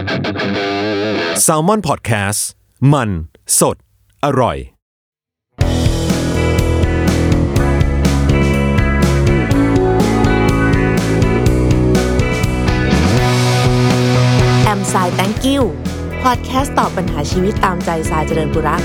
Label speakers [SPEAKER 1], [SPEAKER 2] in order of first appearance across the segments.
[SPEAKER 1] Salmon Podcast มันสดอร่อย
[SPEAKER 2] แอมไซน์ Thank you พอดแคสต์ตอบปัญหาชีวิตตามใจทรายเจริญปุระ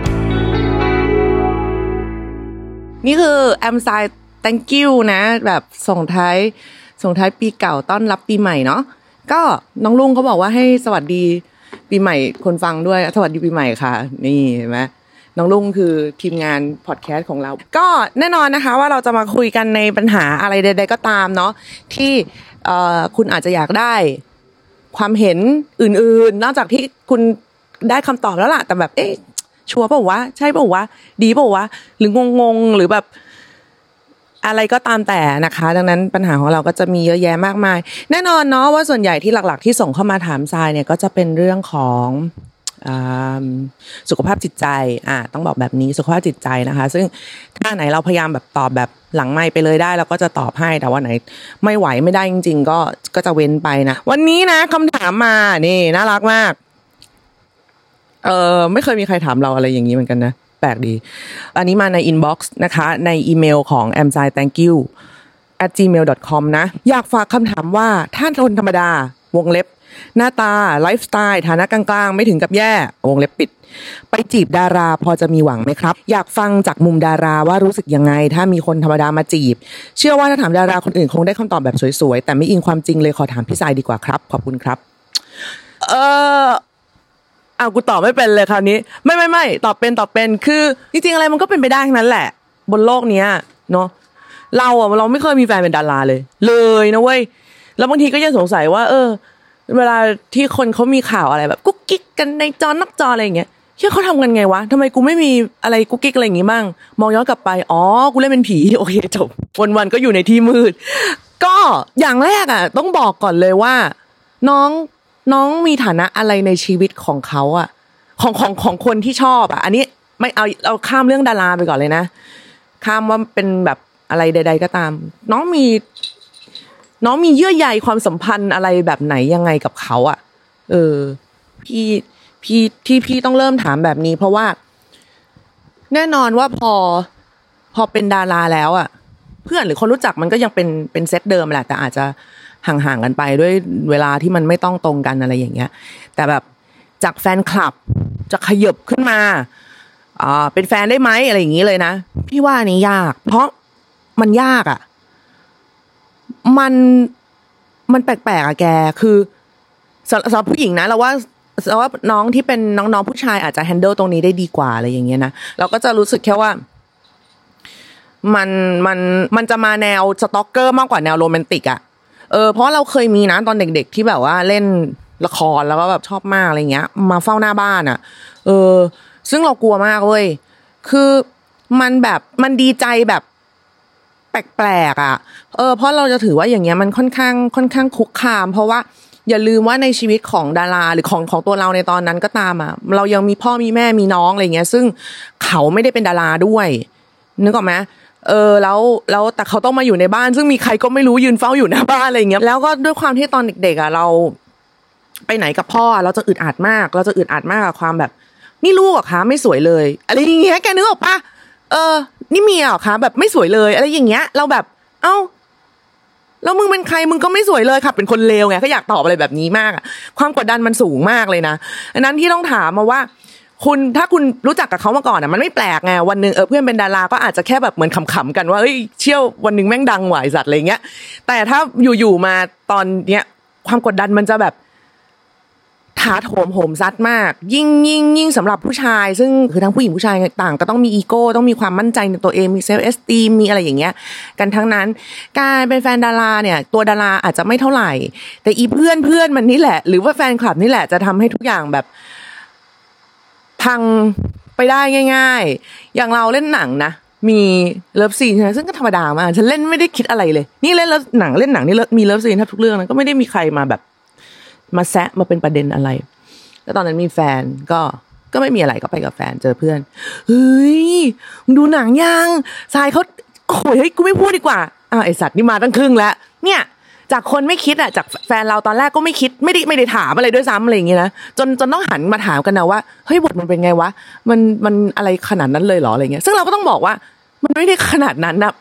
[SPEAKER 2] นี่คือแอมไซน์ Thank you นะแบบส่งท้ายปีเก่าต้อนรับปีใหม่เนาะก็น้องลุงเขาบอกว่าให้สวัสดีปีใหม่คนฟังด้วยสวัสดีปีใหม่ค่ะนี่เห็นไหมน้องลุงคือทีมงานพอดแคสต์ของเราก็แน่นอนนะคะว่าเราจะมาคุยกันในปัญหาอะไรใดๆก็ตามเนาะที่คุณอาจจะอยากได้ความเห็นอื่นๆนอกจากที่คุณได้คำตอบแล้วล่ะแต่แบบชัวร์เปล่าวะใช่เปล่าวะดีเปล่าวะหรืองงๆหรือแบบอะไรก็ตามแต่นะคะดังนั้นปัญหาของเราก็จะมีเยอะแยะมากมายแน่นอนเนาะว่าส่วนใหญ่ที่หลักๆที่ส่งเข้ามาถามทรายเนี่ยก็จะเป็นเรื่องของสุขภาพจิตใจต้องบอกแบบนี้สุขภาพจิตใจนะคะซึ่งถ้าไหนเราพยายามแบบตอบแบบหลังไมค์ไปเลยได้เราก็จะตอบให้แต่ว่าไหนไม่ไหวไม่ได้จริงๆก็จะเว้นไปนะวันนี้นะคำถามมานี่น่ารักมากไม่เคยมีใครถามเราอะไรอย่างนี้เหมือนกันนะแปลกดีอันนี้มาในอินบ็อกซ์นะคะในอีเมลของ amsai.thankyou@gmail.com นะอยากฝากคำถามว่าถ้าคนธรรมดาวงเล็บหน้าตาไลฟ์สไตล์ฐานะกลางๆไม่ถึงกับแย่วงเล็บปิดไปจีบดาราพอจะมีหวังไหมครับอยากฟังจากมุมดาราว่ารู้สึกยังไงถ้ามีคนธรรมดามาจีบเชื่อว่าถ้าถามดาราคนอื่นคงได้คำตอบแบบสวยๆแต่ไม่อิงความจริงเลยขอถามพี่ทรายดีกว่าครับขอบคุณครับกูตอบไม่เป็นเลยคราวนี้ไม่ตอบเป็นคือจริงๆอะไรมันก็เป็นไปได้ทั้งนั้นแหละบนโลกนี้เนาะเราไม่เคยมีแฟนเป็นดาราเลยนะเว้ยแล้วบางทีก็ยังสงสัยว่าเวลาที่คนเขามีข่าวอะไรแบบกุ๊กกิ๊กกันในจอนอกจออะไรอย่างเงี้ยเขาทำกันไงวะทำไมกูไม่มีอะไรกุ๊กกิ๊กอะไรอย่างงี้บ้างมองย้อนกลับไปกูเล่นเป็นผีโอเคจบวันๆก็อยู่ในที่มืดก็อย่างแรกต้องบอกก่อนเลยว่าน้องมีฐานะอะไรในชีวิตของเขาของคนที่ชอบอันนี้ไม่เอาข้ามเรื่องดาราไปก่อนเลยนะข้ามว่าเป็นแบบอะไรใดๆก็ตามน้องมีเยื่อใยความสัมพันธ์อะไรแบบไหนยังไงกับเขาพี่ต้องเริ่มถามแบบนี้เพราะว่าแน่นอนว่าพอเป็นดาราแล้วเพื่อนหรือคนรู้จักมันก็ยังเป็นเซตเดิมแหละแต่อาจจะห่างๆกันไปด้วยเวลาที่มันไม่ต้องตรงกันอะไรอย่างเงี้ยแต่แบบจากแฟนคลับจะขยับขึ้นมาเป็นแฟนได้ไหมอะไรอย่างงี้เลยนะพี่ว่านี้ยากเพราะมันยากมันแปลกๆแกคือสำหรับผู้หญิงนะเราว่าน้องที่เป็นน้องๆผู้ชายอาจจะแฮนเดิลตรงนี้ได้ดีกว่าอะไรอย่างเงี้ยนะเราก็จะรู้สึกแค่ว่ามันจะมาแนวสตอกเกอร์มากกว่าแนวโรแมนติกเพราะเราเคยมีนะตอนเด็กๆที่แบบว่าเล่นละครแล้วก็แบบชอบมากอะไรเงี้ยมาเฝ้าหน้าบ้านซึ่งเรากลัวมากเว้ยคือมันดีใจแบบแปลกเพราะเราจะถือว่าอย่างเงี้ยมันค่อนข้างคุกคามเพราะว่าอย่าลืมว่าในชีวิตของดาราหรือของตัวเราในตอนนั้นก็ตามเรายังมีพ่อมีแม่มีน้องอะไรเงี้ยซึ่งเขาไม่ได้เป็นดาราด้วยนึกออกไหมแล้วแต่เขาต้องมาอยู่ในบ้านซึ่งมีใครก็ไม่รู้ยืนเฝ้าอยู่หน้าบ้านอะไรอย่างเงี้ยแล้วก็ด้วยความที่ตอนเด็กๆเราไปไหนกับพ่อเราจะอึดอัดมากกับความแบบนี่ลูกเหรอคะไม่สวยเลยอะไรอย่างเงี้ยแกนึกออกปะนี่เมียเหรอคะแบบไม่สวยเลยอะไรอย่างเงี้ยเราแบบแล้วมึงเป็นใครมึงก็ไม่สวยเลยค่ะเป็นคนเลวไงก็อยากตอบอะไรแบบนี้มากความกดดันมันสูงมากเลยนะอันนั้นที่ต้องถามมาว่าถ้าคุณรู้จักกับเขามาก่อนมันไม่แปลกไงวันนึงเพื่อนเป็นดาราก็อาจจะแค่แบบเหมือนขำๆกันว่าเฮ้ยเชี่ยววันนึงแม่งดังหวายสัตว์อะไรเงี้ยแต่ถ้าอยู่ๆมาตอนเนี้ยความกดดันมันจะแบบถาโถมโหมซัดมากยิ่งสำหรับผู้ชายซึ่งคือทั้งผู้หญิงผู้ชายต่างก็ต้องมีอีโก้ต้องมีความมั่นใจในตัวเองมีเซลฟ์เอสตีมมีอะไรอย่างเงี้ยกันทั้งนั้นการเป็นแฟนดาราเนี่ยตัวดาราอาจจะไม่เท่าไหร่แต่อีเพื่อนมันนี่แหละหรือว่าแฟนคลับนี่แหละจะทำให้ทุกอย่างแบบพังไปได้ง่ายๆอย่างเราเล่นหนังนะมีเลิฟซีนใช่ไหมซึ่งก็ธรรมดามากฉันเล่นไม่ได้คิดอะไรเลยนี่เล่นหนังนี่มีเลิฟซีนทุกเรื่องนะก็ไม่ได้มีใครมาแบบมาแซะมาเป็นประเด็นอะไรแล้วตอนนั้นมีแฟนก็ไม่มีอะไรก็ไปกับแฟนเจอเพื่อนเฮ้ยมึงดูหนังยังทรายเขาโอ้ยเฮ้ยกูไม่พูดดีกว่าไอสัตว์นี่มาตั้งครึ่งแล้วเนี่ยจากคนไม่คิดอ่ะจากแฟนเราตอนแรกก็ไม่คิดไม่ได้ถามอะไรด้วยซ้ำอะไรอย่างเงี้ยนะจนต้องหันมาถามกันนะว่าเฮ้ยบทมันเป็นไงวะมันอะไรขนาดนั้นเลยเหรออะไรเงี้ยซึ่งเราก็ต้องบอกว่ามันไม่ได้ขนาดนั้นนะ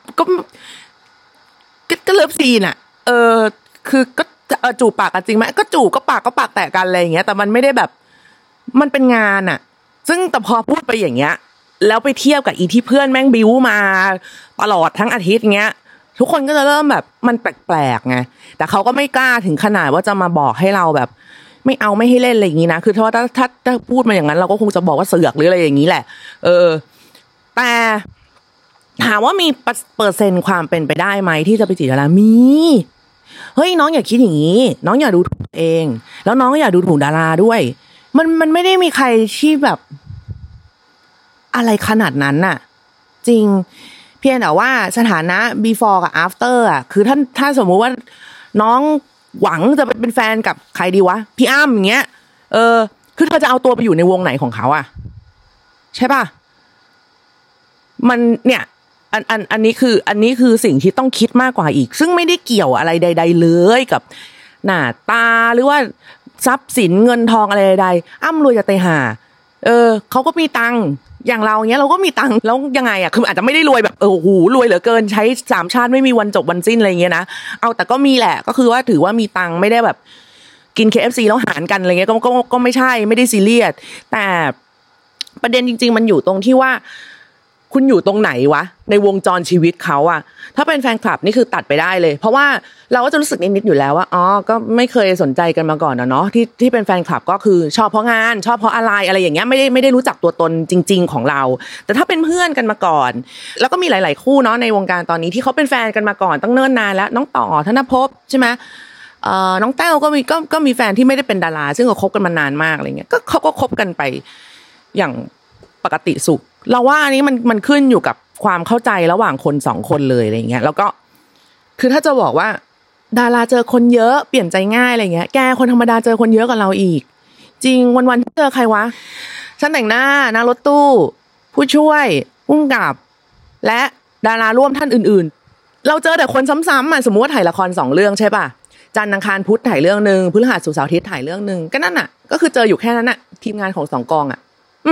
[SPEAKER 2] ก็เลิฟซีนอ่ะคือก็จูบปากกันจริงไหมก็จูบก็ปากแตะกันอะไรอย่างเงี้ยแต่มันไม่ได้แบบมันเป็นงานอ่ะซึ่งแต่พอพูดไปอย่างเงี้ยแล้วไปเทียบกับอีที่เพื่อนแม่งบิ้วมาตลอดทั้งอาทิตย์เงี้ยทุกคนก็จะเริ่มแบบมันแปลกๆไงแต่เขาก็ไม่กล้าถึงขนาดว่าจะมาบอกให้เราแบบไม่ให้เล่นอะไรอย่างงี้นะคือถ้าพูดมาอย่างนั้นเราก็คงจะบอกว่าเสือกหรืออะไรอย่างนี้แหละแต่ถามว่ามีเปอร์เซ็นต์ความเป็นไปได้ไหมที่จะไปจีบดารามีเฮ้ยน้องอย่าคิดอย่างนี้น้องอย่าดูถูกเองแล้วน้องก็อย่าดูถูกดาราด้วยมันไม่ได้มีใครที่แบบอะไรขนาดนั้นน่ะจริงเพียงแต่ว่าสถานะ before กับ after อ่ะคือถ้าสมมุติว่าน้องหวังจะเป็นแฟนกับใครดีวะพี่อ้ำอย่างเงี้ยคือเธอจะเอาตัวไปอยู่ในวงไหนของเขาอ่ะใช่ป่ะมันเนี่ยอันนี้คือสิ่งที่ต้องคิดมากกว่าอีกซึ่งไม่ได้เกี่ยวอะไรใดๆเลยกับหน้าตาหรือว่าทรัพย์สินเงินทองอะไรใดๆอ้ำรวยจะเตหาเขาก็มีตังค์อย่างเราเงี้ยเราก็มีตังค์แล้วยังไงอ่ะคืออาจจะไม่ได้รวยแบบโอ้โหรวยเหลือเกินใช้3ชาติไม่มีวันจบวันสิ้นอะไรเงี้ยนะเอาแต่ก็มีแหละก็คือว่าถือว่ามีตังค์ไม่ได้แบบกิน KFC แล้วหารกันอะไรเงี้ยก็ไม่ใช่ไม่ได้ซีเรียสแต่ประเด็นจริงๆมันอยู่ตรงที่ว่าคุณอยู่ตรงไหนวะในวงจรชีวิตเขาอะถ้าเป็นแฟนคลับนี่คือตัดไปได้เลยเพราะว่าเราก็จะรู้สึกนิดๆอยู่แล้วว่าก็ไม่เคยสนใจกันมาก่อนเนาะที่เป็นแฟนคลับก็คือชอบเพราะงานชอบเพราะอะไรอย่างเงี้ยไม่ได้รู้จักตัวตนจริงๆของเราแต่ถ้าเป็นเพื่อนกันมาก่อนแล้วก็มีหลายๆคู่เนาะในวงการตอนนี้ที่เขาเป็นแฟนกันมาก่อนตั้งเนิ่นนานแล้วน้องต่อธนภพใช่ไหมน้องแต้วก็มีแฟนที่ไม่ได้เป็นดาราซึ่งก็คบกันมานานมากอะไรเงี้ยก็เขาก็คบกันไปอย่างปกติสุขเราว่าอันนี้มันขึ้นอยู่กับความเข้าใจระหว่างคน2คนเลยอะไรเงี้ยแล้วก็คือถ้าจะบอกว่าดาราเจอคนเยอะเปลี่ยนใจง่ายอะไรเงี้ยแกคนธรรมดาเจอคนเยอะกว่าเราอีกจริงวันๆเจอใครวะช่างแต่งหน้านางรถตู้ผู้ช่วยผู้กำกับและดาราร่วมท่านอื่นๆเราเจอแต่คนซ้ำๆอ่ะสมมติว่าถ่ายละคร2เรื่องใช่ป่ะจันทร์อังคารพุธถ่ายเรื่องนึงพฤหัสศุกร์เสาร์อาทิตย์ถ่ายเรื่องนึงก็นั่นน่ะก็คือเจออยู่แค่นั้นน่ะทีมงานของ2กองอ่ะ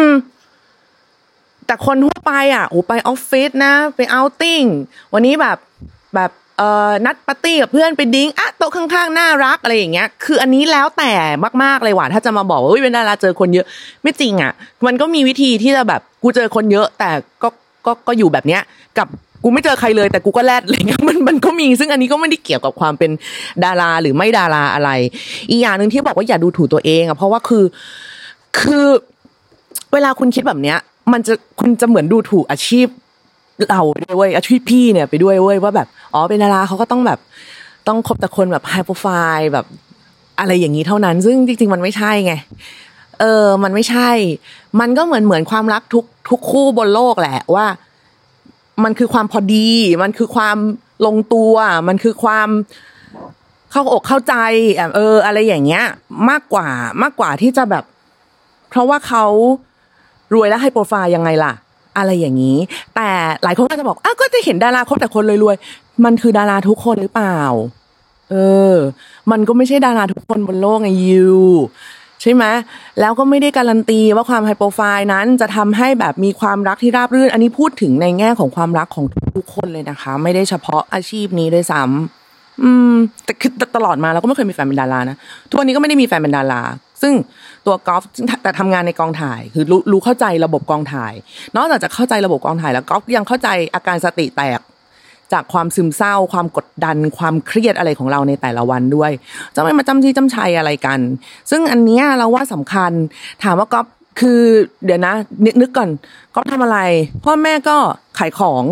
[SPEAKER 2] แต่คนทั่วไปอ่ะไปออฟฟิศนะไปเอาท์ติ้งวันนี้แบบนัดปาร์ตี้กับเพื่อนไปดิ้งโต๊ะข้างๆน่ารักอะไรอย่างเงี้ยคืออันนี้แล้วแต่มากๆเลยว่ะถ้าจะมาบอกว่าเป็นดาราเจอคนเยอะไม่จริงอ่ะมันก็มีวิธีที่จะแบบกูเจอคนเยอะแต่ก็อยู่แบบเนี้ยกับกูไม่เจอใครเลยแต่กูก็แลดอะไรเงี้ยมันก็มีซึ่งอันนี้ก็ไม่ได้เกี่ยวกับความเป็นดาราหรือไม่ดาราอะไรอีกอย่างนึงที่บอกว่าอย่าดูถูกตัวเองอ่ะเพราะว่าคือเวลาคุณคิดแบบเนี้ยคุณจะเหมือนดูถูกอาชีพเราด้วยเว้ยอาชีพพี่เนี่ยไปด้วยเว้ยว่าแบบเป็นดาราเขาก็ต้องแบบต้องคบแต่คนแบบไฮโปรไฟล์แบบอะไรอย่างนี้เท่านั้นซึ่งจริงๆมันไม่ใช่ไงมันไม่ใช่มันก็เหมือนความรักทุกคู่บนโลกแหละว่ามันคือความพอดีมันคือความลงตัวมันคือความเข้าอกเข้าใจอะไรอย่างเงี้ยมากกว่าที่จะแบบเพราะว่าเขารวยแล้วไฮโปรไฟล์ยังไงล่ะอะไรอย่างนี้แต่หลายคนก็จะบอกก็จะเห็นดาราคบแต่คนรวยๆมันคือดาราทุกคนหรือเปล่ามันก็ไม่ใช่ดาราทุกคนบนโลกไงยูใช่ไหมแล้วก็ไม่ได้การันตีว่าความไฮโปรไฟล์นั้นจะทำให้แบบมีความรักที่ราบรื่นอันนี้พูดถึงในแง่ของความรักของทุกคนเลยนะคะไม่ได้เฉพาะอาชีพนี้ด้วยซ้ำแต่คือตลอดมาเราก็ไม่เคยมีแฟนเป็นดารานะทุกวันนี้ก็ไม่ได้มีแฟนเป็นดาราซึ่งตัวกอล์ฟแต่ทำงานในกองถ่ายคือรู้เข้าใจระบบกองถ่ายนอกจากจะเข้าใจระบบกองถ่ายแล้วกอล์ฟยังเข้าใจอาการสติแตกจากความซึมเศร้าความกดดันความเครียดอะไรของเราในแต่ละวันด้วยจะไม่มาจำที่จำชัยอะไรกันซึ่งอันเนี้ยเราว่าสำคัญถามว่ากอล์ฟคือเดี๋ยวนะนึกก่อนกอล์ฟทำอะไรพ่อแม่ก็ขายของ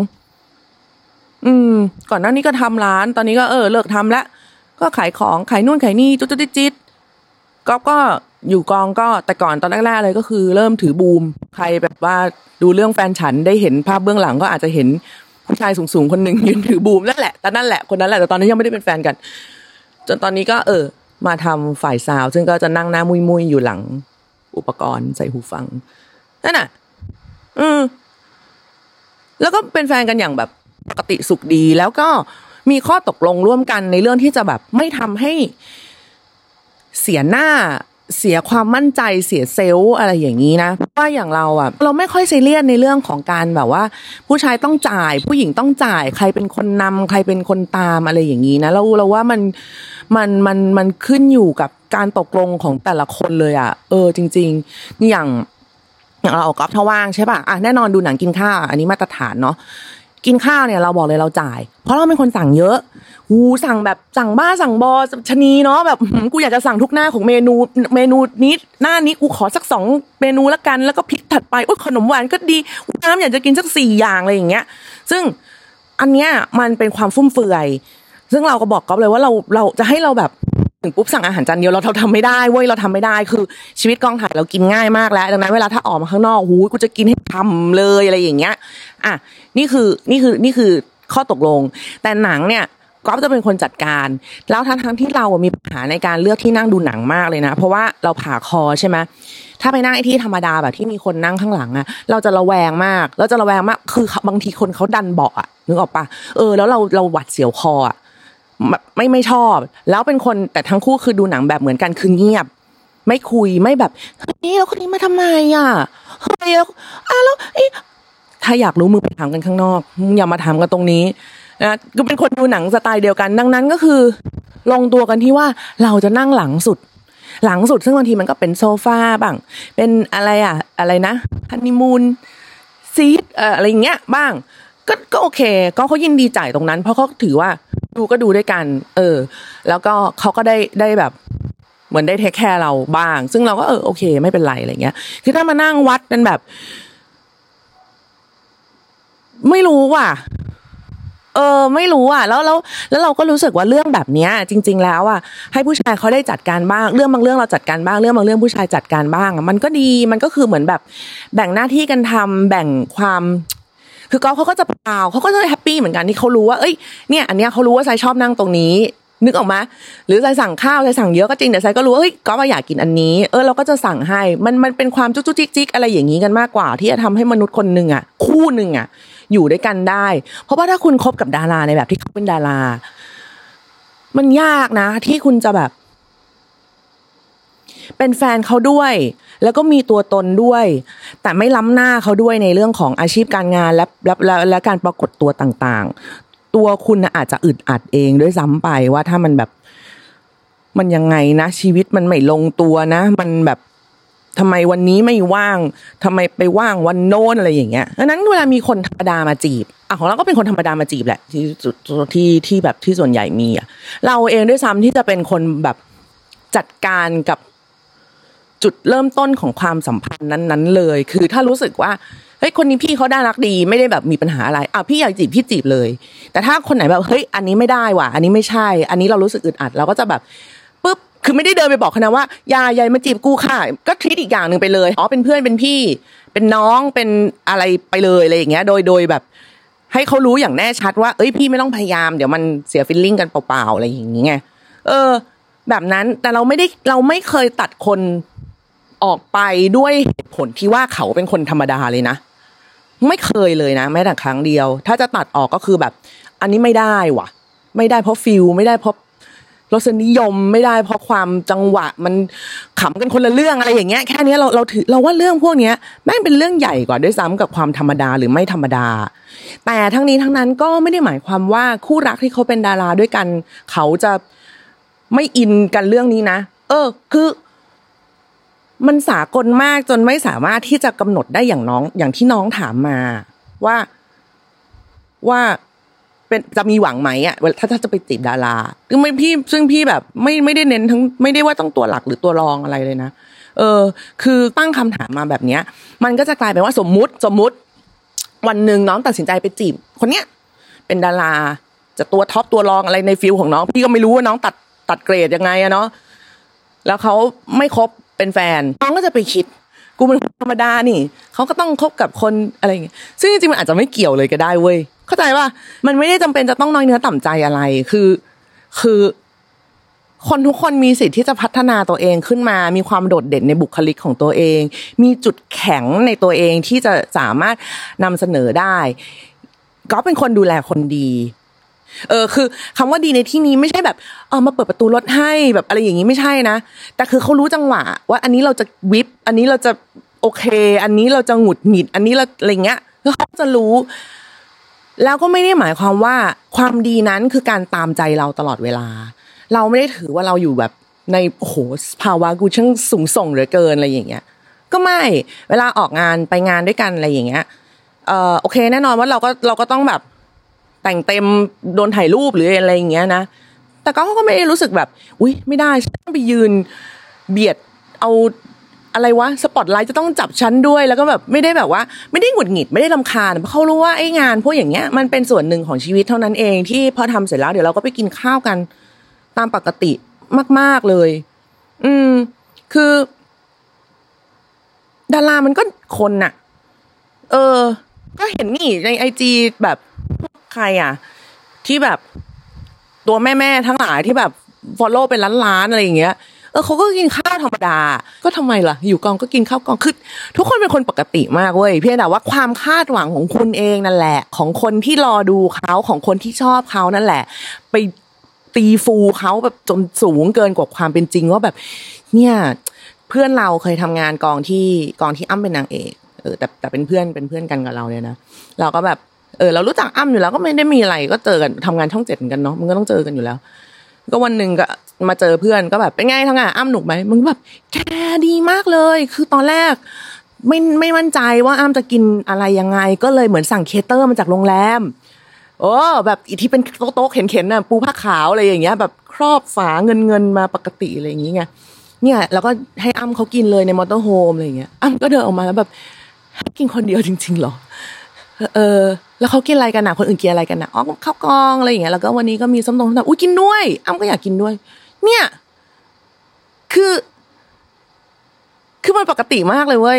[SPEAKER 2] ก่อนหน้านี้ก็ทำร้านตอนนี้ก็เลิกทำแล้วก็ขายของขายนู่นขายนี่จิ๊ดก็อยู่กองก็แต่ก่อนตอนแรกๆเลยก็คือเริ่มถือบูมใครแบบว่าดูเรื่องแฟนฉันได้เห็นภาพเบื้องหลังก็อาจจะเห็นผู้ชายสูงๆคนหนึ่งยืนถือบูมนั่นแหละแต่นั่นแหละคนนั้นแหละแต่ตอนนี้ยังไม่ได้เป็นแฟนกันจนตอนนี้ก็มาทำฝ่ายซาวซึ่งก็จะนั่งหน้ามุยๆอยู่หลังอุปกรณ์ใส่หูฟังนั่นน่ะแล้วก็เป็นแฟนกันอย่างแบบปกติสุขดีแล้วก็มีข้อตกลงร่วมกันในเรื่องที่จะแบบไม่ทำให้เสียหน้าเสียความมั่นใจเสียเซลล์อะไรอย่างนี้นะเพราะว่าอย่างเราอ่ะเราไม่ค่อยซีเรียสในเรื่องของการแบบว่าผู้ชายต้องจ่ายผู้หญิงต้องจ่ายใครเป็นคนนำใครเป็นคนตามอะไรอย่างนี้นะเราว่ามันขึ้นอยู่กับการตกลงของแต่ละคนเลยอ่ะจริงๆอย่างเราออกกอล์ฟถ้าว่างใช่ป่ะแน่นอนดูหนังกินข้าวอันนี้มาตรฐานเนาะกินข้าวเนี่ยเราบอกเลยเราจ่ายเพราะเราเป็นคนสั่งเยอะสั่งแบบสั่งบ้าสั่งบอชะนีเนาะแบบกูอยากจะสั่งทุกหน้าของเมนูนี้หน้านี้กูขอสัก2เมนูละกันแล้วก็พริกถัดไปขนมหวานก็ดีน้ำอยากจะกินสัก4อย่างอะไรอย่างเงี้ยซึ่งอันเนี้ยมันเป็นความฟุ่มเฟือยซึ่งเราก็บอกก๊อฟเลยว่าเราจะให้เราแบบถึงปุ๊บสั่งอาหารจานเดียวเราทำไม่ได้เว้ยเราทำไม่ได้คือชีวิตกองถ่ายเรากินง่ายมากแล้วดังนั้นเวลาถ้าออกมาข้างนอกกูจะกินให้ทำเลยอะไรอย่างเงี้ยนี่คือข้อตกลงแต่หนังเนี่ยก็จะเป็นคนจัดการแล้วทั้งที่เรามีปัญหาในการเลือกที่นั่งดูหนังมากเลยนะเพราะว่าเราผ่าคอใช่ไหมถ้าไปนั่งไอ้ที่ธรรมดาแบบที่มีคนนั่งข้างหลังเราจะระแวงมากคือบางทีคนเขาดันเบาะนึกออกปะแล้วเราหวัดเสียวคอไม่ชอบแล้วเป็นคนแต่ทั้งคู่คือดูหนังแบบเหมือนกันคือเงียบไม่คุยไม่แบบนี่แล้วคนนี้มาทำไมเฮ้ยแล้วถ้าอยากรู้มือไปถามกันข้างนอกอย่ามาถามกันตรงนี้นะก็เป็นคนดูหนังสไตล์เดียวกันดังนั้นก็คือลงตัวกันที่ว่าเราจะนั่งหลังสุดซึ่งบางทีมันก็เป็นโซฟาบ้างเป็นอะไรนะฮันนีมูนซีทอะไรอย่างเงี้ยบ้างก็โอเคก็เขายินดีจ่ายตรงนั้นเพราะเขาถือว่าดูก็ดูด้วยกันแล้วก็เขาก็ได้แบบเหมือนได้เทคแคร์เราบ้างซึ่งเราก็โอเคไม่เป็นไรอะไรเงี้ยคือถ้ามานั่งวัดกันแบบไม่รู้ว่ะไม่รู้แล้วเราก็รู้สึกว่าเรื่องแบบนี้จริงๆแล้วให้ผู้ชายเขาได้จัดการบ้างเรื่องบางเรื่องเราจัดการบ้างเรื่องบางเรื่องผู้ชายจัดการบ้างมันก็ดีมันก็คือเหมือนแบบแบ่งหน้าที่กันทำแบ่งความคือเขาก็จะเปล่าเขาก็จะแฮปปี้เหมือนกันที่เขารู้ว่าเนี่ยอันเนี้ยเขารู้ว่าไซชอบนั่งตรงนี้นึกออกมาหรือไซสั่งข้าวไซสั่งเยอะก็จริงแต่ไซก็รู้ว่าก็อยากกินอันนี้เราก็จะสั่งให้มันเป็นความจุ๊กจิ๊กอะไรอย่างนี้กันมากกว่าที่จะทำให้มนุษย์คนนึงคู่นึงอยู่ด้วยกันได้เพราะว่าถ้าคุณคบกับดาราในแบบที่เขาเป็นดารามันยากนะที่คุณจะแบบเป็นแฟนเขาด้วยแล้วก็มีตัวตนด้วยแต่ไม่ล้ำหน้าเขาด้วยในเรื่องของอาชีพการงานและการปรากฏตัวต่างๆตัวคุณอาจจะอึดอัดเองด้วยซ้ำไปว่าถ้ามันแบบมันยังไงนะชีวิตมันไม่ลงตัวนะมันแบบทำไมวันนี้ไม่ว่างทำไมไปว่างวันโน้นอะไรอย่างเงี้ยดังนั้นเวลามีคนธรรมดามาจีบของเราก็เป็นคนธรรมดามาจีบแหละที่แบบที่ส่วนใหญ่มีเราเองด้วยซ้ำที่จะเป็นคนแบบจัดการกับจุดเริ่มต้นของความสัมพันธ์นั้นๆเลยคือถ้ารู้สึกว่าคนนี้พี่เขาน่ารักดีไม่ได้แบบมีปัญหาอะไรพี่อยากจีบพี่จีบเลยแต่ถ้าคนไหนแบบอันนี้ไม่ได้ว่ะอันนี้ไม่ใช่อันนี้เรารู้สึกอึดอัดเราก็จะแบบปึ๊บคือไม่ได้เดินไปบอกเขานะว่ายายมาจีบกูค่ะก็ทรีตอีกอย่างนึงไปเลยเป็นเพื่อนเป็นพี่เป็นน้องเป็นอะไรไปเลยอะไรอย่างเงี้ยโดยแบบให้เขารู้อย่างแน่ชัดว่าพี่ไม่ต้องพยายามเดี๋ยวมันเสียฟีลลิ่งกันเปล่าๆอะไรอย่างเงี้ยแบบนั้นแต่เราไม่เคยตัดคนออกไปด้วยเหตุผลที่ว่าเขาเป็นคนธรรมดาเลยนะไม่เคยเลยนะแม้แต่ครั้งเดียวถ้าจะตัดออกก็คือแบบอันนี้ไม่ได้ว่ะไม่ได้เพราะฟิลไม่ได้เพราะรสนิยมไม่ได้เพราะความจังหวะมันขำกันคนละเรื่องอะไรอย่างเงี้ยแค่นี้เราถือเราว่าเรื่องพวกนี้แม่งเป็นเรื่องใหญ่กว่าด้วยซ้ำกับความธรรมดาหรือไม่ธรรมดาแต่ทั้งนี้ทั้งนั้นก็ไม่ได้หมายความว่าคู่รักที่เขาเป็นดาราด้วยกันเขาจะไม่อินกันเรื่องนี้นะคือมันสากลมากจนไม่สามารถที่จะกำหนดได้อย่างที่น้องถามมาว่าเป็นจะมีหวังไหมถ้าจะไปจีบดาราคือไม่พี่ซึ่งพี่แบบไม่ได้เน้นทั้งไม่ได้ว่าต้องตัวหลักหรือตัวรองอะไรเลยนะคือตั้งคำถามมาแบบเนี้ยมันก็จะกลายเป็นว่าสมมุติวันนึงน้องตัดสินใจไปจีบคนเนี้ยเป็นดาราจะตัวท็อปตัวรองอะไรในฟิลของน้องพี่ก็ไม่รู้ว่าน้องตัดเกรดยังไงเนาะแล้วเขาไม่คบเป็นแฟนน้องก็จะไปคิดกูเป็นธรรมดานี่เขาก็ต้องคบกับคนอะไรอย่างเงี้ยซึ่งจริงๆมันอาจจะไม่เกี่ยวเลยก็ได้เว้ยเข้าใจป่ะมันไม่ได้จำเป็นจะต้องน้อยเนื้อต่ำใจอะไรคือคนทุกคนมีสิทธิ์ที่จะพัฒนาตัวเองขึ้นมามีความโดดเด่นในบุคลิกของตัวเองมีจุดแข็งในตัวเองที่จะสามารถนำเสนอได้ก็เป็นคนดูแลคนดีคือคำว่าดีในที่นี้ไม่ใช่แบบมาเปิดประตูรถให้แบบอะไรอย่างนี้ไม่ใช่นะแต่คือเขารู้จังหวะว่าอันนี้เราจะวิปอันนี้เราจะโอเคอันนี้เราจะหงุดหงิดอันนี้เราอะไรเงี้ยคือเขาจะรู้แล้วก็ไม่ได้หมายความว่าความดีนั้นคือการตามใจเราตลอดเวลาเราไม่ได้ถือว่าเราอยู่แบบในโอ้โหภาวะกูช่างสูงส่งเหลือเกินอะไรอย่างเงี้ยก็ไม่เวลาออกงานไปงานด้วยกันอะไรอย่างเงี้ยโอเคแน่นอนว่าเราก็ต้องแบบแต่งเต็มโดนถ่ายรูปหรืออะไรอย่างเงี้ยนะแต่ก็ไม่ได้รู้สึกแบบอุ๊ยไม่ได้ฉันต้องไปยืนเบียดเอาอะไรวะสปอตไลท์จะต้องจับฉันด้วยแล้วก็แบบไม่ได้แบบว่าไม่ได้หงุดหงิดไม่ได้รำคาญเพราะเขารู้ว่าไอ้งานพวกอย่างเงี้ยมันเป็นส่วนหนึ่งของชีวิตเท่านั้นเองที่พอทำเสร็จแล้วเดี๋ยวเราก็ไปกินข้าวกันตามปกติมากๆเลยคือดารามันก็คนน่ะก็เห็นนี่ใน IG แบบใครอ่ะที่แบบตัวแม่ๆทั้งหลายที่แบบ follow เป็นล้านๆอะไรอย่างเงี้ยเขาก็กินข้าวธรรมดาก็ทำไมล่ะอยู่กองก็กินข้าวกองคือทุกคนเป็นคนปกติมากเว้ยเพียงแต่ว่าความคาดหวังของคุณเองนั่นแหละของคนที่รอดูเขาของคนที่ชอบเขานั่นแหละไปตีฟูเขาแบบจนสูงเกินกว่าความเป็นจริงว่าแบบเนี่ยเพื่อนเราเคยทำงานกองที่อ้ำเป็นนางเอกแต่เป็นเพื่อนกันกับเราเนี่ยนะเราก็แบบเรารู้จักอ้ำอยู่แล้วก็ไม่ได้มีอะไรก็เจอกันทำงานช่อง7เหมือนกันเนาะมันก็ต้องเจอกันอยู่แล้วก็วันนึงก็มาเจอเพื่อนก็แบบเป็นไงทำงานอ้ำหนุกไหมมึงแบบแกดีมากเลยคือตอนแรกไม่มั่นใจว่าอ้ำจะกินอะไรยังไงก็เลยเหมือนสั่งเคเตอร์มาจากโรงแรมแบบอีที่เป็นโต๊ะเข็นๆน่ะปูผ้าขาวอะไรอย่างเงี้ยแบบครอบฝาเงินมาปกติอะไรอย่างเงี้ยเนี่ยแล้วก็ให้อ้ำเขากินเลยในมอเตอร์โฮมอะไรอย่างเงี้ยอ้ำก็เดินออกมาแล้วแบบกินคนเดียวจริงๆหรอแล้วเขากินอะไรกันนะคนอื่นกินอะไรกันนะข้าวกองอะไรอย่างเงี้ยแล้วก็วันนี้ก็มีส้มตำอุ้ยกินด้วยอ้ำก็อยากกินด้วยเนี่ยคือมันปกติมากเลยเว้ย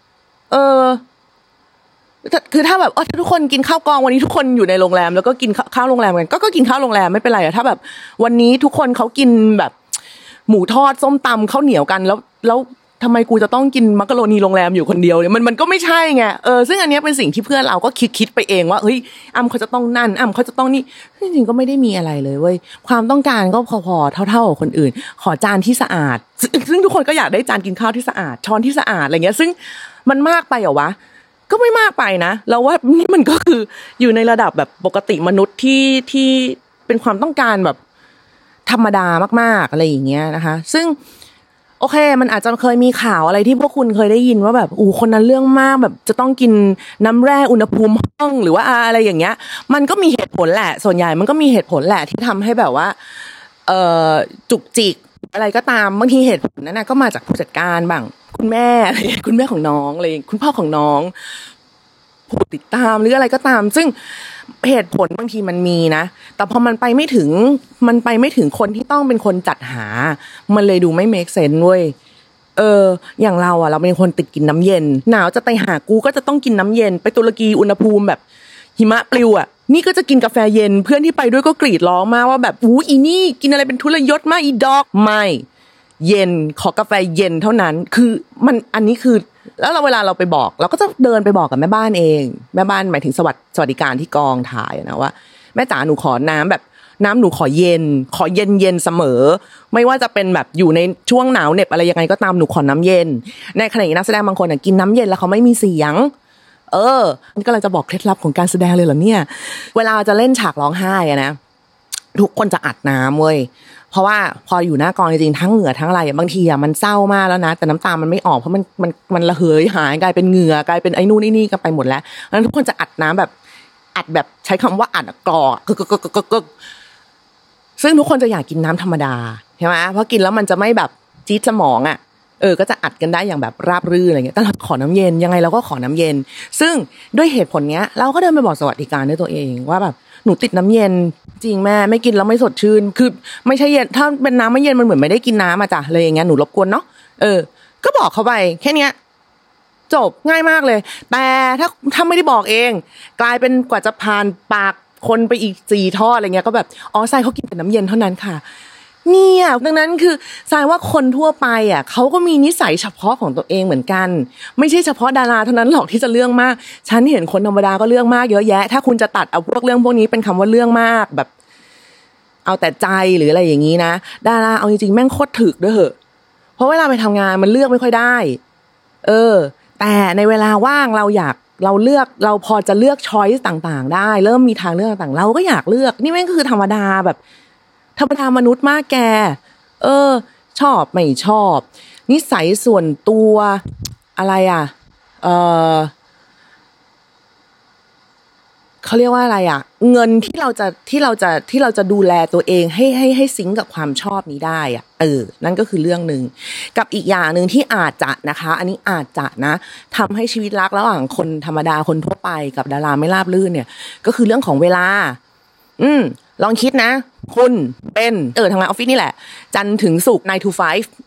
[SPEAKER 2] คือถ้าแบบถ้าทุกคนกินข้าวกองวันนี้ทุกคนอยู่ในโรงแรมแล้วก็กินข้าวโรงแรมกันก็กินข้าวโรงแรมไม่เป็นไรอะถ้าแบบวันนี้ทุกคนเขากินแบบหมูทอดส้มตำข้าวเหนียวกันแล้วทำไมกูจะต้องกินมักกะโรนีโรงแรมอยู่คนเดียวเนี่ยมันก็ไม่ใช่ไงซึ่งอันนี้เป็นสิ่งที่เพื่อนเราก็คิดไปเองว่าเฮ้ยอ้ำเขาจะต้องนั่นอ้ำเขาจะต้องนี่จริงๆก็ไม่ได้มีอะไรเลยเว้ยความต้องการก็พอๆเท่าๆกับคนอื่นขอจานที่สะอาดซึ่งทุกคนก็อยากได้จานกินข้าวที่สะอาดช้อนที่สะอาดอะไรเงี้ยซึ่งมันมากไปเหรอวะก็ไม่มากไปนะเราว่านี่มันก็คืออยู่ในระดับแบบปกติมนุษย์ที่เป็นความต้องการแบบธรรมดามากๆอะไรอย่างเงี้ยนะคะซึ่งโอเคมันอาจจะเคยมีข่าวอะไรที่พวกคุณเคยได้ยินว่าแบบคนนั้นเรื่องมากแบบจะต้องกินน้ำแร่อุณหภูมิห้องหรือว่าอะไรอย่างเงี้ยมันก็มีเหตุผลแหละส่วนใหญ่มันก็มีเหตุผลแหละที่ทำให้แบบว่าจุกจิกอะไรก็ตามบางทีเหตุผลนั้นนะก็มาจากผู้จัดการบ้างคุณแม่อะไรคุณแม่ของน้องอะไรคุณพ่อของน้องผู้ติดตามหรืออะไรก็ตามซึ่งเหตุผลบางทีมันมีนะแต่พอมันไปไม่ถึงคนที่ต้องเป็นคนจัดหามันเลยดูไม่ make sense เว้ยอย่างเราเราเป็นคนติดกินน้ำเย็นหนาวจะไปหากูก็จะต้องกินน้ำเย็นไปตุรกีอุณหภูมิแบบหิมะปลิวอ่ะนี่ก็จะกินกาแฟเย็นเพื่อนที่ไปด้วยก็กรีดร้องมากว่าแบบอีนี่กินอะไรเป็นทุรยศมากอีดอกไม่เย็นขอกาแฟเย็นเท่านั้นคือมันอันนี้คือแล้วเวลาเราไปบอกเราก็จะเดินไปบอกกับแม่บ้านเองแม่บ้านหมายถึงสวัสดิการที่กองถ่ายนะว่าแม่จ๋าหนูขอน้ำแบบน้ำหนูขอเย็นเสมอไม่ว่าจะเป็นแบบอยู่ในช่วงหนาวเหน็บอะไรยังไงก็ตามหนูขอน้ำเย็นในขณะที่นักแสดงบางคนกินน้ำเย็นแล้วเขาไม่มีเสียงนี่ก็เลยจะบอกเคล็ดลับของการแสดงเลยเหรอเนี่ยเวลาจะเล่นฉากร้องไห้นะทุกคนจะอัดน้ำเว้ยเพราะว่าพออยู่หน้ากองจริงๆทั้งเหงื่อทั้งอะไรบางทีมันเศร้ามากแล้วนะแต่น้ำตามันไม่ออกเพราะมันระเหยหายกลายเป็นเหงื่อกลายเป็นไอ้นู่นไอ้นี่กันไปหมดแล้วแล้วทุกคนจะอัดน้ำแบบอัดแบบใช้คำว่าอัดกรอกกซึ่งทุกคนจะอยากกินน้ำธรรมดาใช่ไหมเพราะกินแล้วมันจะไม่แบบจี๊ดสมองก็จะอัดกันได้อย่างแบบราบรื่นอะไรเงี้ยแต่เราขอน้ำเย็นยังไงเราก็ขอน้ำเย็นซึ่งด้วยเหตุผลเนี้ยเราก็เดินไปบอกสวัสดิการด้วยตัวเองว่าแบบหนูติดน้ำเย็นจริงแม่ไม่กินแล้วไม่สดชื่นคือไม่ใช่เย็นถ้าเป็นน้ำไม่เย็นมันเหมือนไม่ได้กินน้ำจ้ะเลยอย่างเงี้ยหนูรบกวนเนาะก็บอกเขาไปแค่เนี้ยจบง่ายมากเลยแต่ถ้าไม่ได้บอกเองกลายเป็นกว่าจะผ่านปากคนไปอีก4 ทอดอะไรเงี้ยก็แบบทรายเขากินแต่น้ำเย็นเท่านั้นค่ะเนี่ยดังนั้นคือทรายว่าคนทั่วไปเขาก็มีนิสัยเฉพาะของตัวเองเหมือนกันไม่ใช่เฉพาะดาราเท่านั้นหรอกที่จะเรื่องมากฉันเห็นคนธรรมดาก็เรื่องมากเยอะแยะถ้าคุณจะตัดเอาพวกเรื่องพวกนี้เป็นคำว่าเรื่องมากแบบเอาแต่ใจหรืออะไรอย่างนี้นะดาราเอาจริงๆแม่งโคตรถึกด้วยเหอะเพราะเวลาไปทำงานมันเลือกไม่ค่อยได้แต่ในเวลาว่างเราพอจะเลือกช้อยส์ต่างๆได้เริ่มมีทางเลือกต่างๆเราก็อยากเลือกนี่แม่งคือธรรมดาแบบธรรมดามนุษย์มากแกชอบไม่ชอบนิสัยส่วนตัวอะไรอ่ะเขาเรียกว่าอะไรอ่ะเงินที่เราจะดูแลตัวเองให้ซิงก์กับความชอบนี้ได้อ่ะนั่นก็คือเรื่องนึงกับอีกอย่างนึงที่อาจจะนะคะอันนี้อาจจะนะทำให้ชีวิตรักระหว่างคนธรรมดาคนทั่วไปกับดาราไม่ราบรื่นเนี่ยก็คือเรื่องของเวลาลองคิดนะคุณเป็นทำงานออฟฟิศนี่แหละจันทร์ถึงศุกร์9 to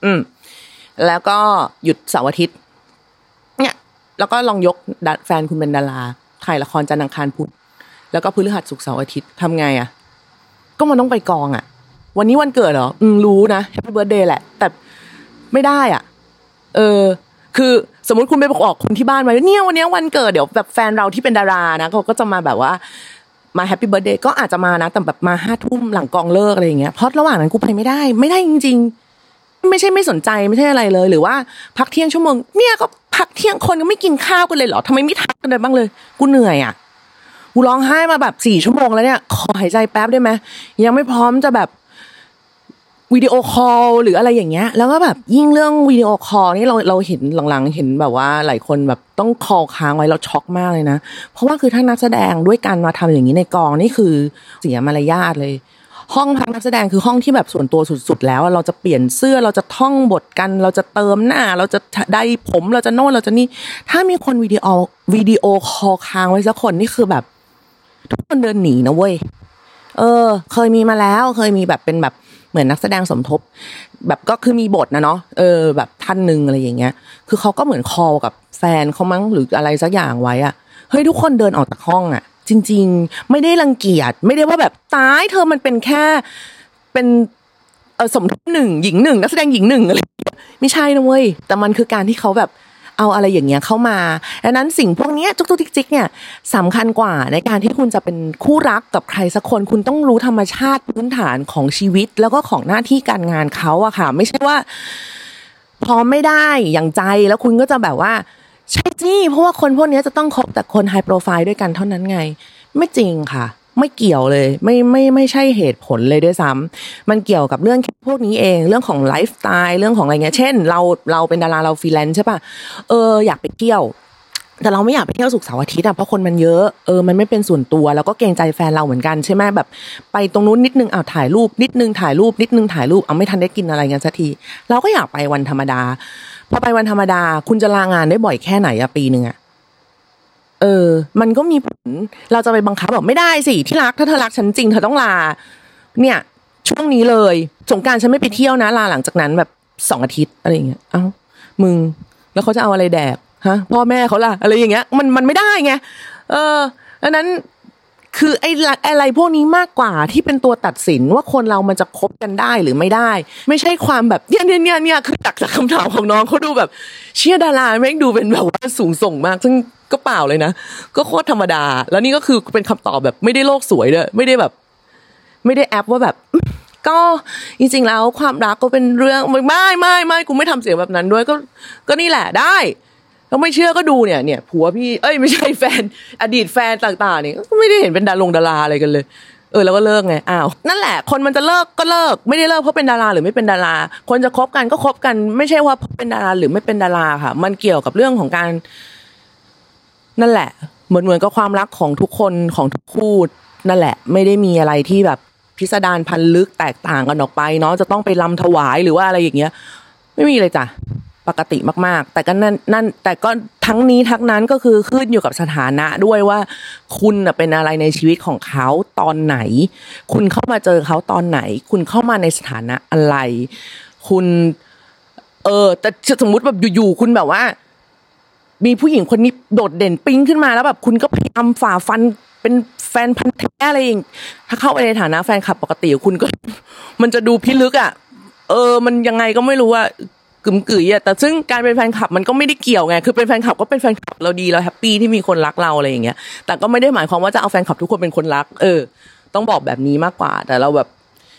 [SPEAKER 2] 5แล้วก็หยุดเสาร์อาทิตย์เนี่ยแล้วก็ลองยกแฟนคุณเป็นดาราถ่ายละครจันทร์อังคารพุธแล้วก็พฤหัสศุกร์เสาร์อาทิตย์ทำไงอ่ะก็มันต้องไปกองอ่ะวันนี้วันเกิดเหรอรู้นะแฮปปี้เบิร์ธเดย์แหละแต่ไม่ได้อ่ะคือสมมติคุณไปบอกคนที่บ้านไว้เนี่ยวันนี้วันเกิดเดี๋ยวแบบแฟนเราที่เป็นดารานะเขาก็จะมาแบบว่ามาแฮปปี้เบิร์ธเดย์ก็อาจจะมานะแต่แบบมา5 ทุ่มหลังกองเลิกอะไรอย่างเงี้ยเพราะระหว่างนั้นกูไปไม่ได้จริงๆไม่ใช่ไม่สนใจไม่ใช่อะไรเลยหรือว่าพักเที่ยงชั่วโมงเนี่ยก็พักเที่ยงคนก็ไม่กินข้าวกันเลยเหรอทำไมไม่ทักกันเลยบ้างเลยกูเหนื่อยอ่ะกูร้องไห้มาแบบ4 ชั่วโมงแล้วเนี่ยขอหายใจแป๊บได้ไหมยังไม่พร้อมจะแบบวิดีโอคอลหรืออะไรอย่างเงี้ยแล้วก็แบบยิ่งเรื่องวิดีโอคอลนี่เราเห็นหลังๆเห็นแบบว่าหลายคนแบบต้องคอลค้างไว้เราช็อกมากเลยนะเพราะว่าคือถ้านักแสดงด้วยกันมาทำอย่างนี้ในกองนี่คือเสียมารยาทเลยห้องพักนักแสดงคือห้องที่แบบส่วนตัวสุดๆแล้วเราจะเปลี่ยนเสื้อเราจะท่องบทกันเราจะเติมหน้าเราจะได้ผมเราจะโน่นเราจะนี่ถ้ามีคนวิดีโอคอลค้างไว้สักคนนี่คือแบบทุกคนเดินหนีนะเว้ยเคยมีมาแล้วเคยมีแบบเป็นแบบเหมือนนักแสดงสมทบแบบก็คือมีบทนะเนาะแบบท่านนึงอะไรอย่างเงี้ยคือเขาก็เหมือนคอลกับแฟนเขามั้งหรืออะไรสักอย่างไว้อะเฮ้ยทุกคนเดินออกจากห้องอะจริงๆไม่ได้รังเกียจไม่ได้ว่าแบบตายเธอมันเป็นแค่เป็นสมทบ1หญิง1นักแสดงหญิง1อะไรไม่ใช่นะเว้ยแต่มันคือการที่เขาแบบเอาอะไรอย่างเงี้ยเข้ามาดังนั้นสิ่งพวกนี้จุกๆจิกๆเนี่ยสำคัญกว่าในการที่คุณจะเป็นคู่รักกับใครสักคนคุณต้องรู้ธรรมชาติพื้นฐานของชีวิตแล้วก็ของหน้าที่การงานเขาอะค่ะไม่ใช่ว่าพร้อมไม่ได้อย่างใจแล้วคุณก็จะแบบว่าใช่สิเพราะว่าคนพวกนี้จะต้องคบแต่คนไฮโปรไฟล์ด้วยกันเท่านั้นไงไม่จริงค่ะไม่เกี่ยวเลยไม่ใช่เหตุผลเลยด้วยซ้ำมันเกี่ยวกับเรื่องพวกนี้เองเรื่องของไลฟ์สไตล์เรื่องของอะไรเงี้ยเช่นเราเป็นดาราเราฟรีแลนซ์ใช่ป่ะอยากไปเที่ยวแต่เราไม่อยากไปเที่ยวศุกร์เสาร์อาทิตย์อ่ะเพราะคนมันเยอะมันไม่เป็นส่วนตัวแล้วก็เกรงใจแฟนเราเหมือนกันใช่ไหมแบบไปตรงนู้นนิดนึงถ่ายรูปนิดนึงถ่ายรูปนิดนึงถ่ายรูปไม่ทันได้กินอะไรกันสักทีเราก็อยากไปวันธรรมดาพอไปวันธรรมดาคุณจะลางานได้บ่อยแค่ไหนอะปีนึงอะมันก็มีผลเราจะไปบังคับบอกไม่ได้สิที่รักถ้าเธอรักฉันจริงเธอต้องลาเนี่ยช่วงนี้เลยสงกรานต์ฉันไม่ไปเที่ยวนะลาหลังจากนั้นแบบ2 อาทิตย์อะไรอย่างเงี้ยเอ้ามึงแล้วเขาจะเอาอะไรแดกฮะพ่อแม่เขาล่ะอะไรอย่างเงี้ยมันไม่ได้ไงดังนั้นคืออะไรพวกนี้มากกว่าที่เป็นตัวตัดสินว่าคนเรามันจะคบกันได้หรือไม่ได้ไม่ใช่ความแบบเนี่ยคือจากคำถามของน้องเขาดูแบบเชี่ยดาราแม่งดูเป็นแบบว่าสูงส่งมากซึ่งก็เปล่าเลยนะก็โคตรธรรมดาแล้วนี่ก็คือเป็นคำตอบแบบไม่ได้โลกสวยด้วยไม่ได้แบบไม่ได้แอปว่าแบบก็จริงๆแล้วความรักก็เป็นเรื่องไม่กูไม่ทำเสียงแบบนั้นด้วยก็นี่แหละได้แล้วไม่เชื่อก็ดูเนี่ยผัวพี่ไม่ใช่แฟนอดีตแฟนต่างๆนี่ก็ไม่ได้เห็นเป็นดาราอะไรกันเลยแล้วก็เลิกไงนั่นแหละคนมันจะเลิกก็เลิกไม่ได้เลิกเพราะเป็นดาราหรือไม่เป็นดาราคนจะคบกันก็คบกันไม่ใช่ว่าเป็นดาราหรือไม่เป็นดาราค่ะมันเกี่ยวกับเรื่องของการนั่นแหละเหมือนกับความรักของทุกคนของทุกคู่นั่นแหละไม่ได้มีอะไรที่แบบพิสดารพันลึกแตกต่างกันออกไปเนาะจะต้องไปรำถวายหรือว่าอะไรอย่างเงี้ยไม่มีเลยจ้ะปกติมากๆแต่ก็นั่นแต่ก็ทั้งนี้ทั้งนั้นก็คือขึ้นอยู่กับสถานะด้วยว่าคุณเป็นอะไรในชีวิตของเขาตอนไหนคุณเข้ามาเจอเขาตอนไหนคุณเข้ามาในสถานะอะไรคุณแต่สมมุติแบบอยู่ๆคุณแบบว่ามีผู้หญิงคนนี้โดดเด่นปิ๊งขึ้นมาแล้วแบบคุณก็พยายามฝ่าฟันเป็นแฟนพันธุ์แท้อะไรอย่างถ้าเข้าไปในฐานะแฟนคลับปกติคุณก็มันจะดูพิลึกอ่ะมันยังไงก็ไม่รู้ว่ากึ๋มกื๋ยแต่ซึ่งการเป็นแฟนคลับมันก็ไม่ได้เกี่ยวไงคือเป็นแฟนคลับก็เป็นแฟนคลับเราดีเราแฮปปี้ที่มีคนรักเราอะไรอย่างเงี้ยแต่ก็ไม่ได้หมายความว่าจะเอาแฟนคลับทุกคนเป็นคนรักต้องบอกแบบนี้มากกว่าแต่เราแบบ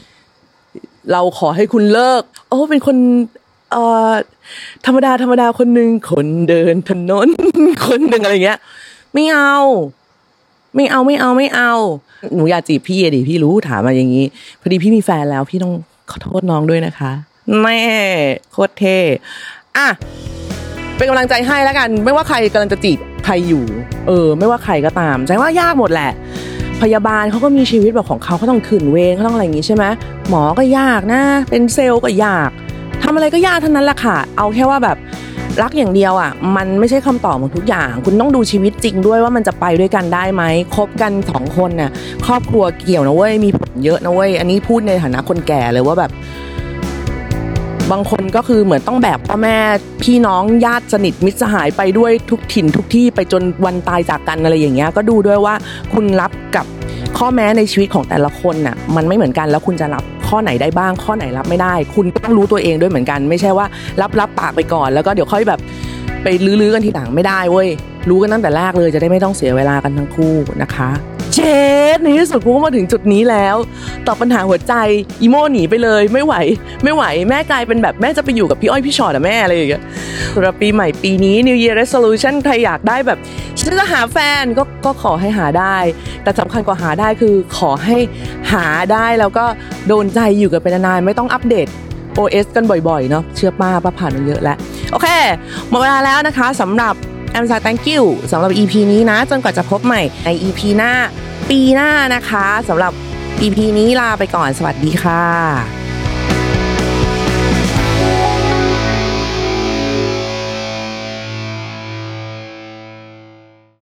[SPEAKER 2] เราขอให้คุณเลิกเป็นคนธรรมดาคนนึงคนเดินถนน คนนึงอะไรเงี้ยไม่เอาหนูอยากจีบพี่ดิพี่รู้ถามมาอย่างนี้พอดีพี่มีแฟนแล้วพี่ต้องขอโทษน้องด้วยนะคะแม่โคตรเท่อ่ะเป็นกำลังใจให้แล้วกันไม่ว่าใครกำลังจะจีบใครอยู่ไม่ว่าใครก็ตามใจว่ายากหมดแหละพยาบาลเขาก็มีชีวิตแบบของเขาต้องขึ้นเวรเขาต้องอะไรอย่างงี้ใช่ไหมหมอก็ยากนะเป็นเซลล์ก็ยากทำอะไรก็ยากทั้งนั้นแหละค่ะเอาแค่ว่าแบบรักอย่างเดียวอ่ะมันไม่ใช่คำตอบของทุกอย่างคุณต้องดูชีวิตจริงด้วยว่ามันจะไปด้วยกันได้ไหมคบกัน2คนน่ะครอบครัวเกี่ยวนะเว้ยมีผลเยอะนะเว้ยอันนี้พูดในฐานะคนแก่เลยว่าแบบบางคนก็คือเหมือนต้องแบกพ่อแม่พี่น้องญาติสนิทมิตรสหายไปด้วยทุกถิ่นทุกที่ไปจนวันตายจากกันอะไรอย่างเงี้ยก็ดูด้วยว่าคุณรับกับข้อแม้ในชีวิตของแต่ละคนน่ะมันไม่เหมือนกันแล้วคุณจะรับข้อไหนได้บ้างข้อไหนรับไม่ได้คุณต้องรู้ตัวเองด้วยเหมือนกันไม่ใช่ว่ารับปากไปก่อนแล้วก็เดี๋ยวค่อยแบบไปลื้อกันทีหลังไม่ได้เว้ยรู้กันตั้งแต่แรกเลยจะได้ไม่ต้องเสียเวลากันทั้งคู่นะคะเจดในที่สุดกูก็มาถึงจุดนี้แล้วตอบปัญหาหัวใจอีโม่หนีไปเลยไม่ไหวแม่กลายเป็นแบบแม่จะไปอยู่กับพี่อ้อยพี่ชอตอะแม่อะไรอย่างเงี้ยสำหรับปีใหม่ปีนี้ New Year Resolution ใครอยากได้แบบฉันจะหาแฟนก็ขอให้หาได้แต่สำคัญกว่าหาได้คือขอให้หาได้แล้วก็โดนใจอยู่กันเป็นนานๆไม่ต้องอัปเดต OS กันบ่อยๆเนาะเชื่อป้าผ่านมาเยอะแล้วโอเคหมดเวลาแล้วนะคะสำหรับthank you สำหรับ EP นี้นะจนกว่าจะพบใหม่ใน EP หน้าปีหน้านะคะสำหรับ EP นี้ลาไปก่อนสวัสดีค่ะ